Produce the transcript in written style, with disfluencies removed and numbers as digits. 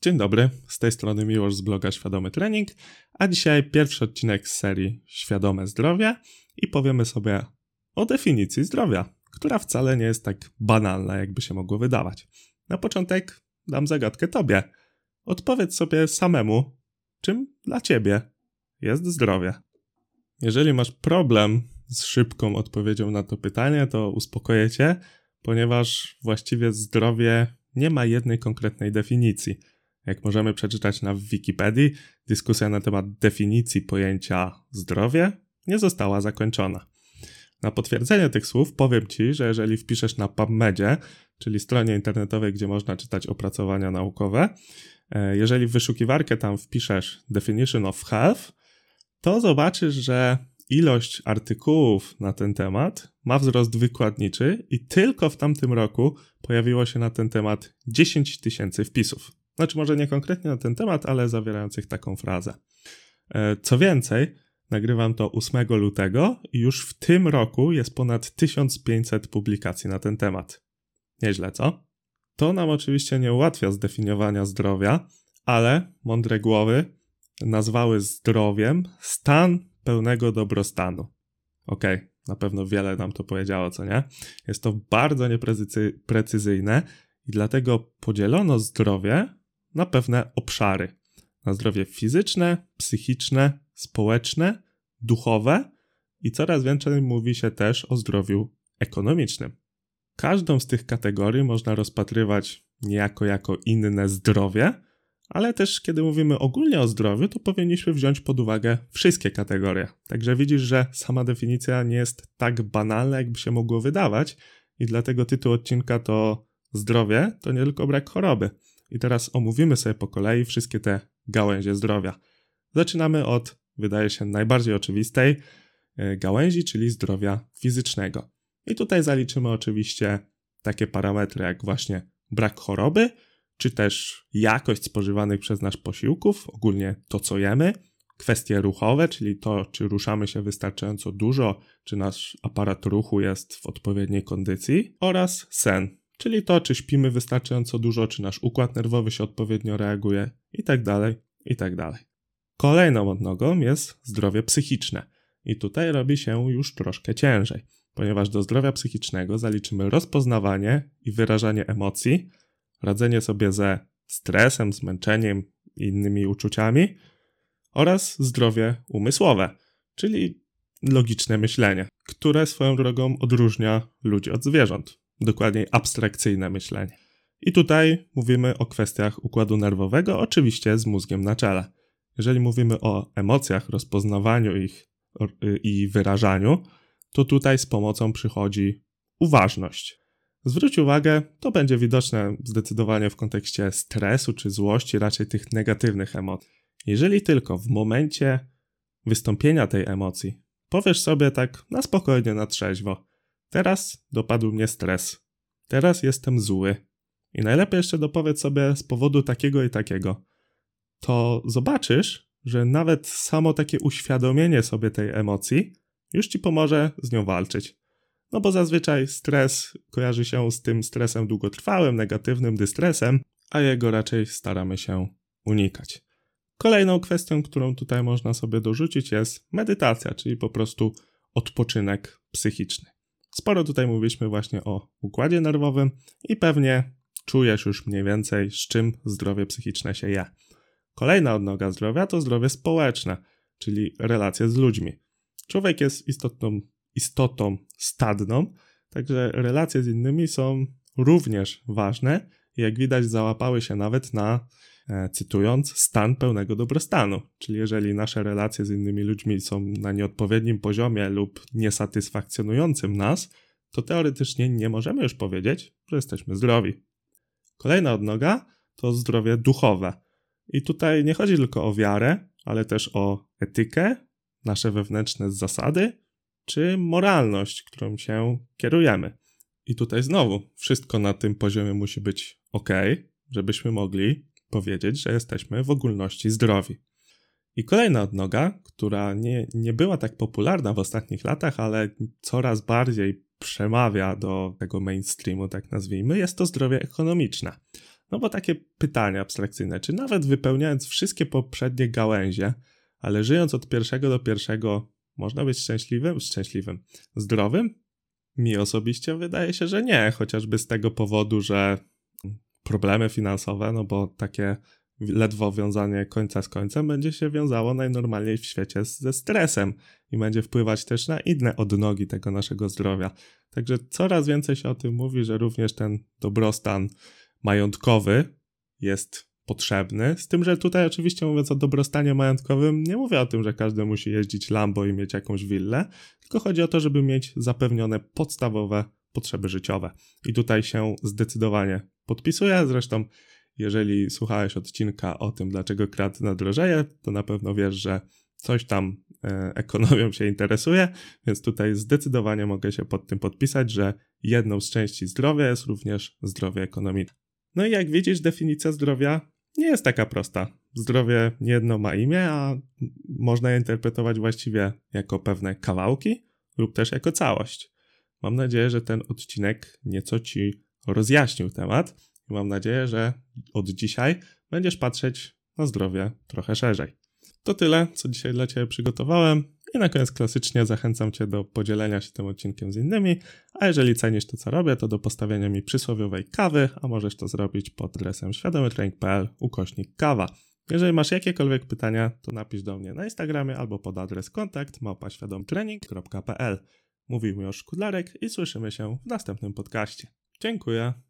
Dzień dobry, z tej strony Miłosz z bloga Świadomy Trening, a dzisiaj pierwszy odcinek z serii Świadome Zdrowie i powiemy sobie o definicji zdrowia, która wcale nie jest tak banalna, jakby się mogło wydawać. Na początek dam zagadkę tobie. Odpowiedz sobie samemu, czym dla ciebie jest zdrowie. Jeżeli masz problem z szybką odpowiedzią na to pytanie, to uspokoję cię, ponieważ właściwie zdrowie nie ma jednej konkretnej definicji. Jak możemy przeczytać na Wikipedii, dyskusja na temat definicji pojęcia zdrowie nie została zakończona. Na potwierdzenie tych słów powiem ci, że jeżeli wpiszesz na PubMedzie, czyli stronie internetowej, gdzie można czytać opracowania naukowe, jeżeli w wyszukiwarkę tam wpiszesz Definition of Health, to zobaczysz, że ilość artykułów na ten temat ma wzrost wykładniczy i tylko w tamtym roku pojawiło się na ten temat 10 000 wpisów. Znaczy może nie konkretnie na ten temat, ale zawierających taką frazę. Co więcej, nagrywam to 8 lutego i już w tym roku jest ponad 1500 publikacji na ten temat. Nieźle, co? To nam oczywiście nie ułatwia zdefiniowania zdrowia, ale mądre głowy nazwały zdrowiem stan pełnego dobrostanu. Okej, na pewno wiele nam to powiedziało, co nie? Jest to bardzo nieprecyzyjne i dlatego podzielono zdrowie na pewne obszary. Na zdrowie fizyczne, psychiczne, społeczne, duchowe i coraz więcej mówi się też o zdrowiu ekonomicznym. Każdą z tych kategorii można rozpatrywać niejako jako inne zdrowie, ale też kiedy mówimy ogólnie o zdrowiu, to powinniśmy wziąć pod uwagę wszystkie kategorie. Także widzisz, że sama definicja nie jest tak banalna, jakby się mogło wydawać i dlatego tytuł odcinka to zdrowie to nie tylko brak choroby. I teraz omówimy sobie po kolei wszystkie te gałęzie zdrowia. Zaczynamy od, wydaje się, najbardziej oczywistej gałęzi, czyli zdrowia fizycznego. I tutaj zaliczymy oczywiście takie parametry jak właśnie brak choroby, czy też jakość spożywanych przez nas posiłków, ogólnie to, co jemy, kwestie ruchowe, czyli to, czy ruszamy się wystarczająco dużo, czy nasz aparat ruchu jest w odpowiedniej kondycji, oraz sen, czyli to, czy śpimy wystarczająco dużo, czy nasz układ nerwowy się odpowiednio reaguje, itd., itd. Kolejną odnogą jest zdrowie psychiczne. I tutaj robi się już troszkę ciężej, ponieważ do zdrowia psychicznego zaliczymy rozpoznawanie i wyrażanie emocji, radzenie sobie ze stresem, zmęczeniem i innymi uczuciami oraz zdrowie umysłowe, czyli logiczne myślenie, które swoją drogą odróżnia ludzi od zwierząt, dokładniej abstrakcyjne myślenie. I tutaj mówimy o kwestiach układu nerwowego, oczywiście z mózgiem na czele. Jeżeli mówimy o emocjach, rozpoznawaniu ich i wyrażaniu, to tutaj z pomocą przychodzi uważność. Zwróć uwagę, to będzie widoczne zdecydowanie w kontekście stresu czy złości, raczej tych negatywnych emocji. Jeżeli tylko w momencie wystąpienia tej emocji powiesz sobie tak na spokojnie, na trzeźwo, teraz dopadł mnie stres, teraz jestem zły i najlepiej jeszcze dopowiedz sobie z powodu takiego i takiego, to zobaczysz, że nawet samo takie uświadomienie sobie tej emocji już ci pomoże z nią walczyć. No bo zazwyczaj stres kojarzy się z tym stresem długotrwałym, negatywnym dystresem, a jego raczej staramy się unikać. Kolejną kwestią, którą tutaj można sobie dorzucić jest medytacja, czyli po prostu odpoczynek psychiczny. Sporo tutaj mówiliśmy właśnie o układzie nerwowym i pewnie czujesz już mniej więcej, z czym zdrowie psychiczne się je. Kolejna odnoga zdrowia to zdrowie społeczne, czyli relacje z ludźmi. Człowiek jest istotą stadną, także relacje z innymi są również ważne i jak widać załapały się nawet na, cytując, stan pełnego dobrostanu. Czyli jeżeli nasze relacje z innymi ludźmi są na nieodpowiednim poziomie lub niesatysfakcjonującym nas, to teoretycznie nie możemy już powiedzieć, że jesteśmy zdrowi. Kolejna odnoga to zdrowie duchowe. I tutaj nie chodzi tylko o wiarę, ale też o etykę, nasze wewnętrzne zasady, czy moralność, którą się kierujemy. I tutaj znowu wszystko na tym poziomie musi być ok, żebyśmy mogli powiedzieć, że jesteśmy w ogólności zdrowi. I kolejna odnoga, która nie była tak popularna w ostatnich latach, ale coraz bardziej przemawia do tego mainstreamu, tak nazwijmy, jest to zdrowie ekonomiczne. No bo takie pytanie abstrakcyjne, czy nawet wypełniając wszystkie poprzednie gałęzie, ale żyjąc od pierwszego do pierwszego, można być szczęśliwym, zdrowym? Mi osobiście wydaje się, że nie, chociażby z tego powodu, że problemy finansowe, no bo takie ledwo wiązanie końca z końcem będzie się wiązało najnormalniej w świecie ze stresem i będzie wpływać też na inne odnogi tego naszego zdrowia. Także coraz więcej się o tym mówi, że również ten dobrostan majątkowy jest potrzebny, z tym, że tutaj oczywiście mówiąc o dobrostanie majątkowym, nie mówię o tym, że każdy musi jeździć Lambo i mieć jakąś willę, tylko chodzi o to, żeby mieć zapewnione podstawowe potrzeby życiowe. I tutaj się zdecydowanie podpisuję, zresztą jeżeli słuchałeś odcinka o tym, dlaczego kreatyna drożeje, to na pewno wiesz, że coś tam ekonomią się interesuje, więc tutaj zdecydowanie mogę się pod tym podpisać, że jedną z części zdrowia jest również zdrowie ekonomiczne. No i jak widzisz, definicja zdrowia nie jest taka prosta. Zdrowie nie jedno ma imię, a można je interpretować właściwie jako pewne kawałki lub też jako całość. Mam nadzieję, że ten odcinek nieco Ci rozjaśnił temat i mam nadzieję, że od dzisiaj będziesz patrzeć na zdrowie trochę szerzej. To tyle, co dzisiaj dla Ciebie przygotowałem i na koniec klasycznie zachęcam Cię do podzielenia się tym odcinkiem z innymi, a jeżeli cenisz to, co robię, to do postawienia mi przysłowiowej kawy, a możesz to zrobić pod adresem świadomytrening.pl/kawa. Jeżeli masz jakiekolwiek pytania, to napisz do mnie na Instagramie albo pod adres kontakt@świadomytrening.pl. Mówił Miłosz Kudlarek i słyszymy się w następnym podcaście. Dziękuję.